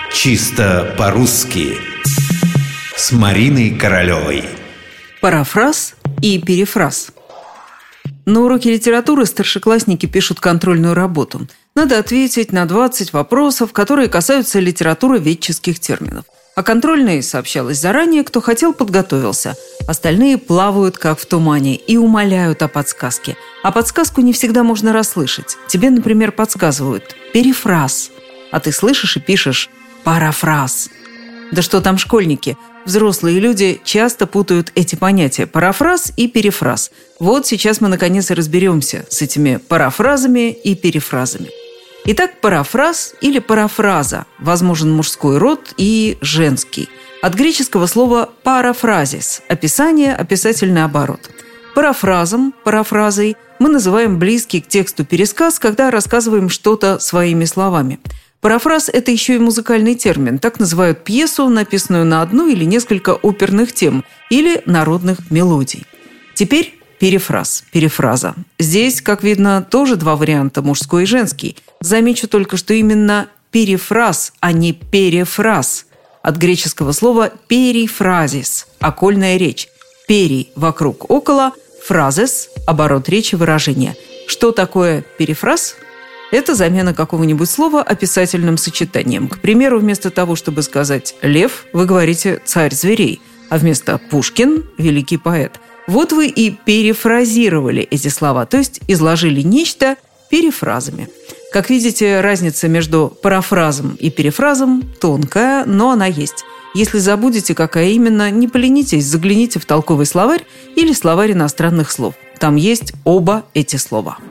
Чисто по-русски с Мариной Королевой. Парафраз и перефраз. На уроке литературы старшеклассники пишут контрольную работу. Надо ответить на 20 вопросов, которые касаются литературоведческих терминов. О контрольной сообщалось заранее, кто хотел, подготовился. Остальные плавают, как в тумане, и умоляют о подсказке. А подсказку не всегда можно расслышать. Тебе, например, подсказывают «перефраз», а ты слышишь и пишешь «парафраз». Да что там школьники? Взрослые люди часто путают эти понятия – парафраз и перефраз. Вот сейчас мы наконец и разберемся с этими парафразами и перефразами. Итак, парафраз или парафраза – возможен мужской род и женский. От греческого слова «парафразис» – описание, описательный оборот. Парафразом, парафразой мы называем близкий к тексту пересказ, когда рассказываем что-то своими словами. Парафраз – это еще и музыкальный термин. Так называют пьесу, написанную на одну или несколько оперных тем или народных мелодий. Теперь перефраз, перефраза. Здесь, как видно, тоже два варианта – мужской и женский. Замечу только, что именно перефраз, а не перефраз. От греческого слова «перифразис» – окольная речь. «Пери» – вокруг, около, «фразес» – оборот речи, выражения. Что такое перефраз? Это замена какого-нибудь слова описательным сочетанием. К примеру, вместо того, чтобы сказать «лев», вы говорите «царь зверей», а вместо «Пушкин» – великий поэт. Вот вы и перефразировали эти слова, то есть изложили нечто перефразами. Как видите, разница между парафразом и перефразом тонкая, но она есть. Если забудете, какая именно, не поленитесь, загляните в толковый словарь или словарь иностранных слов. Там есть оба эти слова.